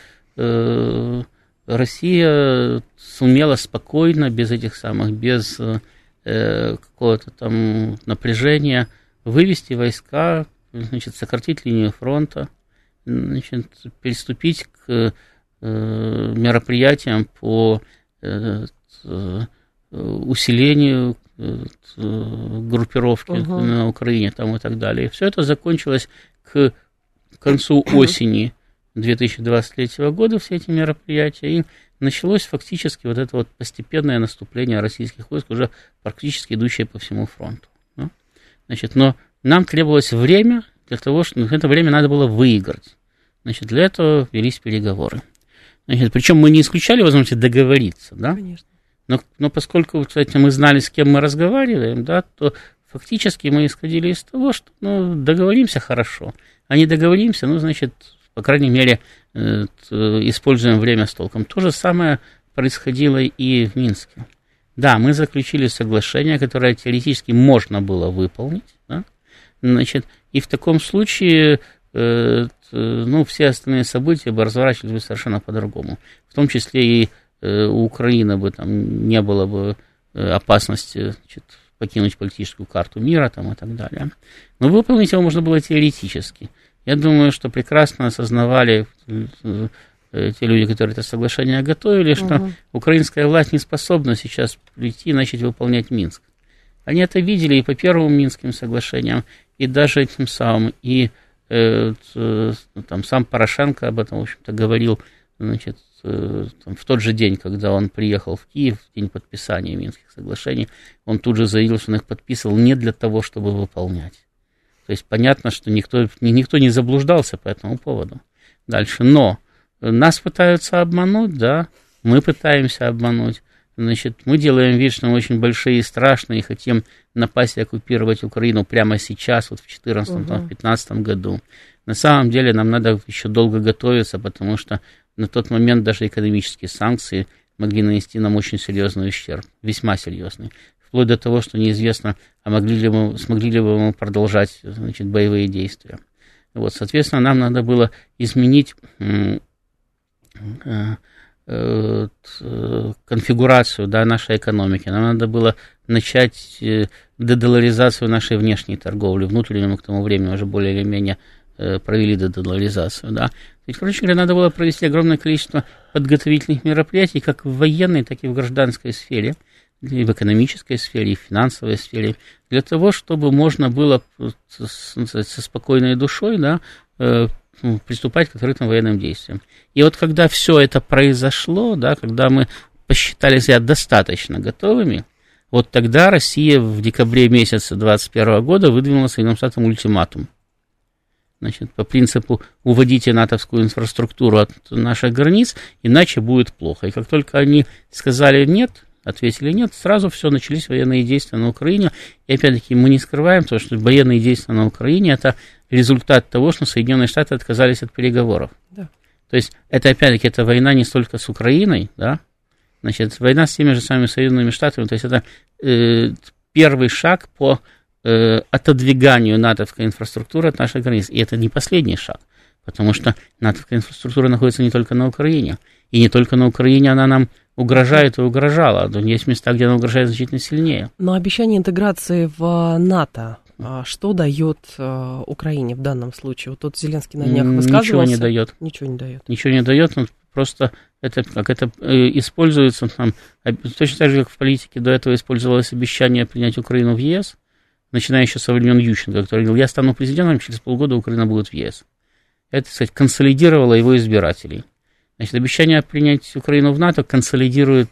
S3: Россия сумела спокойно, без этих самых, без какого-то там напряжения вывести войска, значит, сократить линию фронта, значит, приступить к мероприятиям по усилению группировки на Украине там, и так далее. И все это закончилось к концу осени 2023 года, все эти мероприятия, и началось фактически вот это вот постепенное наступление российских войск, уже практически идущее по всему фронту. Да? Значит, но нам требовалось время для того, чтобы это время надо было выиграть. Значит, для этого велись переговоры. Значит, причем мы не исключали возможности договориться, да?
S2: Конечно.
S3: Но поскольку, кстати, мы знали, с кем мы разговариваем, да, то фактически мы исходили из того, что договоримся хорошо, а не договоримся, значит, по крайней мере, используем время с толком. То же самое происходило и в Минске. Да, мы заключили соглашение, которое теоретически можно было выполнить, да, значит, и в таком случае все остальные события бы разворачивались бы совершенно по-другому. В том числе и у Украины бы там не было бы опасности, значит, покинуть политическую карту мира там, и так далее. Но выполнить его можно было теоретически. Я думаю, что прекрасно осознавали те люди, которые это соглашение готовили, что украинская власть не способна сейчас прийти и начать выполнять Минск. Они это видели и по первым Минским соглашениям, и даже этим самым, и там, сам Порошенко об этом, в общем-то, говорил, значит, в тот же день, когда он приехал в Киев, в день подписания Минских соглашений, он тут же заявил, что он их подписывал не для того, чтобы выполнять. То есть понятно, что никто не заблуждался по этому поводу. Дальше. Но нас пытаются обмануть, да, мы пытаемся обмануть. Значит, мы делаем вид, что мы очень большие и страшные, и хотим напасть и оккупировать Украину прямо сейчас, вот в 2014-2015 году. На самом деле нам надо еще долго готовиться, потому что на тот момент даже экономические санкции могли нанести нам очень серьезный ущерб, весьма серьезный. Вплоть до того, что неизвестно, смогли ли бы мы продолжать, значит, боевые действия. Вот, соответственно, нам надо было изменить конфигурацию, да, нашей экономики. Нам надо было начать дедоларизацию нашей внешней торговли. Внутреннюю мы к тому времени уже более или менее провели дедоларизацию, да. То есть, короче говоря, надо было провести огромное количество подготовительных мероприятий, как в военной, так и в гражданской сфере, и в экономической сфере, и в финансовой сфере, для того, чтобы можно было со спокойной душой, да, приступать к открытым военным действиям. И вот когда все это произошло, да, когда мы посчитали себя достаточно готовыми, вот тогда Россия в декабре месяце 2021 года выдвинула Соединенным Штатам ультиматум. Значит, по принципу «уводите натовскую инфраструктуру от наших границ, иначе будет плохо». И как только они сказали «нет», ответили «нет», сразу все, начались военные действия на Украине. И опять-таки мы не скрываем то, что военные действия на Украине – это результат того, что Соединенные Штаты отказались от переговоров.
S2: Да.
S3: То есть, это, опять-таки, это война не столько с Украиной, да, значит, война с теми же самыми Соединенными Штатами, то есть, это первый шаг по отодвиганию натовской инфраструктуры от наших границ. И это не последний шаг, потому что натовская инфраструктура находится не только на Украине. И не только на Украине она нам угрожает и угрожала. Есть места, где она угрожает значительно сильнее.
S2: Но обещание интеграции в НАТО, что дает Украине в данном случае? Вот тот Зеленский на днях высказывался.
S3: Ничего не дает.
S2: Ничего не дает.
S3: Ничего не дает, но просто это используется там, точно так же, как в политике до этого использовалось обещание принять Украину в ЕС, начиная еще со времен Ющенко, который говорил, я стану президентом, через полгода Украина будет в ЕС. Это, так сказать, консолидировало его избирателей. Значит, обещание принять Украину в НАТО консолидирует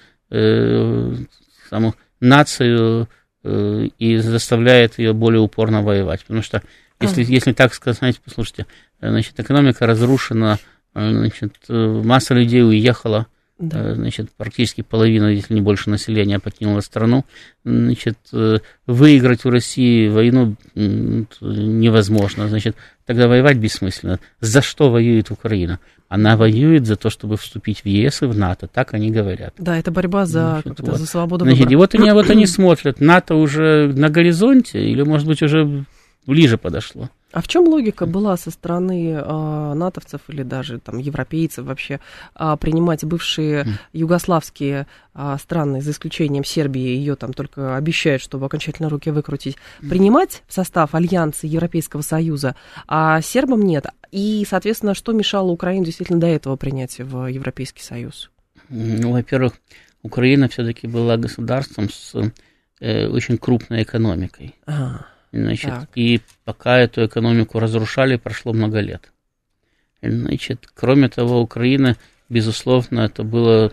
S3: саму нацию и заставляет ее более упорно воевать. Потому что, если так сказать, послушайте, значит, экономика разрушена, значит, масса людей уехала, да. Значит, практически половина, если не больше населения покинула страну. Значит, выиграть у России войну невозможно. Значит, тогда воевать бессмысленно. За что воюет Украина? Она воюет за то, чтобы вступить в ЕС и в НАТО, так они говорят.
S2: Да, это борьба за,
S3: значит,
S2: за свободу выбора.
S3: Значит, и вот они смотрят, НАТО уже на горизонте или, может быть, уже ближе подошло.
S2: А в чем логика была со стороны натовцев или даже там европейцев вообще принимать бывшие югославские страны, за исключением Сербии, ее там только обещают, чтобы окончательно руки выкрутить, принимать в состав Альянса Европейского Союза, а сербам нет? И, соответственно, что мешало Украине действительно до этого принятия в Европейский Союз?
S3: Ну, во-первых, Украина все-таки была государством с очень крупной экономикой. Значит, и пока эту экономику разрушали, прошло много лет. Значит, кроме того, Украина, безусловно, это было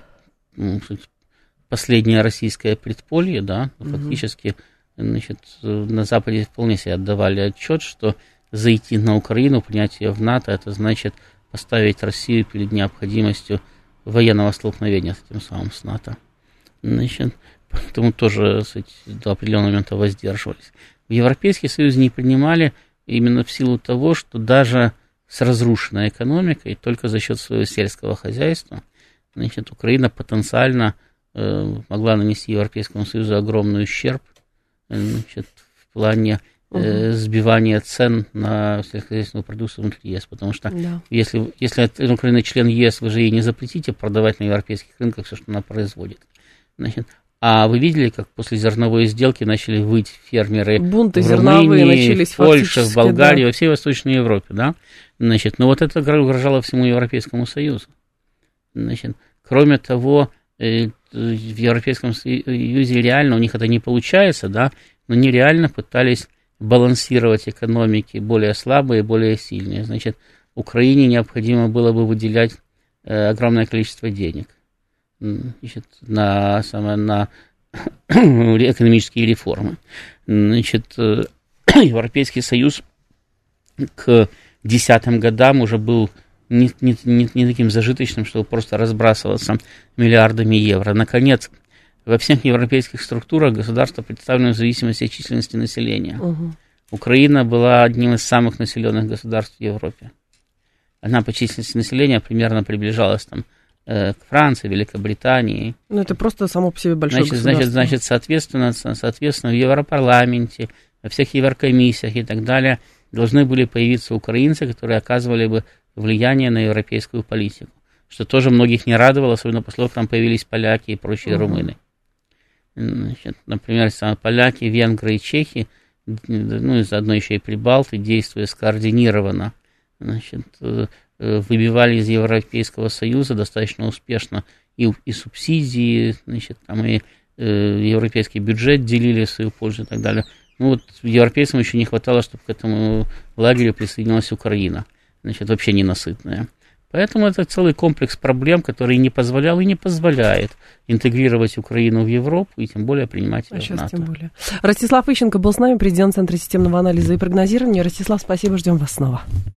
S3: последнее российское предполье, да, фактически, значит, на Западе вполне себе отдавали отчет, что зайти на Украину, принять ее в НАТО, это значит поставить Россию перед необходимостью военного столкновения с этим самым с НАТО. Значит, поэтому тоже, кстати, до определенного момента воздерживались. В Европейский Союз не принимали именно в силу того, что даже с разрушенной экономикой, только за счет своего сельского хозяйства, значит, Украина потенциально могла нанести Европейскому Союзу огромный ущерб, значит, в плане сбивания цен на сельскохозяйственную продукцию внутри ЕС, потому что если Украина член ЕС, вы же ей не запретите продавать на европейских рынках все, что она производит. Значит, а вы видели, как после зерновой сделки начали выть фермеры
S2: бунты
S3: в
S2: зерновые
S3: Румынии,
S2: начались
S3: в Польше, в Болгарии,
S2: да.
S3: во всей Восточной Европе, да? Значит, но вот это угрожало всему Европейскому Союзу. Значит, кроме того, в Европейском Союзе реально, у них это не получается, да, но они реально пытались балансировать экономики более слабые, более сильные. Значит, Украине необходимо было бы выделять огромное количество денег. Значит, на экономические реформы. Значит, Европейский Союз к 10-м годам уже был не таким зажиточным, чтобы просто разбрасываться миллиардами евро. Наконец, во всех европейских структурах государства представлены в зависимости от численности населения. Украина была одним из самых населенных государств в Европе. Она по численности населения примерно приближалась там к Франции, Великобритании.
S2: Ну, это просто само по себе большое государство.
S3: Значит, соответственно, в Европарламенте, во всех еврокомиссиях и так далее должны были появиться украинцы, которые оказывали бы влияние на европейскую политику, что тоже многих не радовало, особенно после того, как там появились поляки и прочие румыны. Значит, например, поляки, венгры и чехи, ну и заодно еще и прибалты, действуя скоординированно, значит, выбивали из Европейского Союза достаточно успешно и субсидии, значит, там и европейский бюджет делили в свою пользу и так далее. Ну вот европейцам еще не хватало, чтобы к этому лагерю присоединилась Украина, значит, вообще ненасытная. Поэтому это целый комплекс проблем, который не позволял и не позволяет интегрировать Украину в Европу и тем более принимать ее в НАТО.
S2: Тем более. Ростислав Ищенко был с нами, президент Центра системного анализа и прогнозирования. Ростислав, спасибо, ждем вас снова.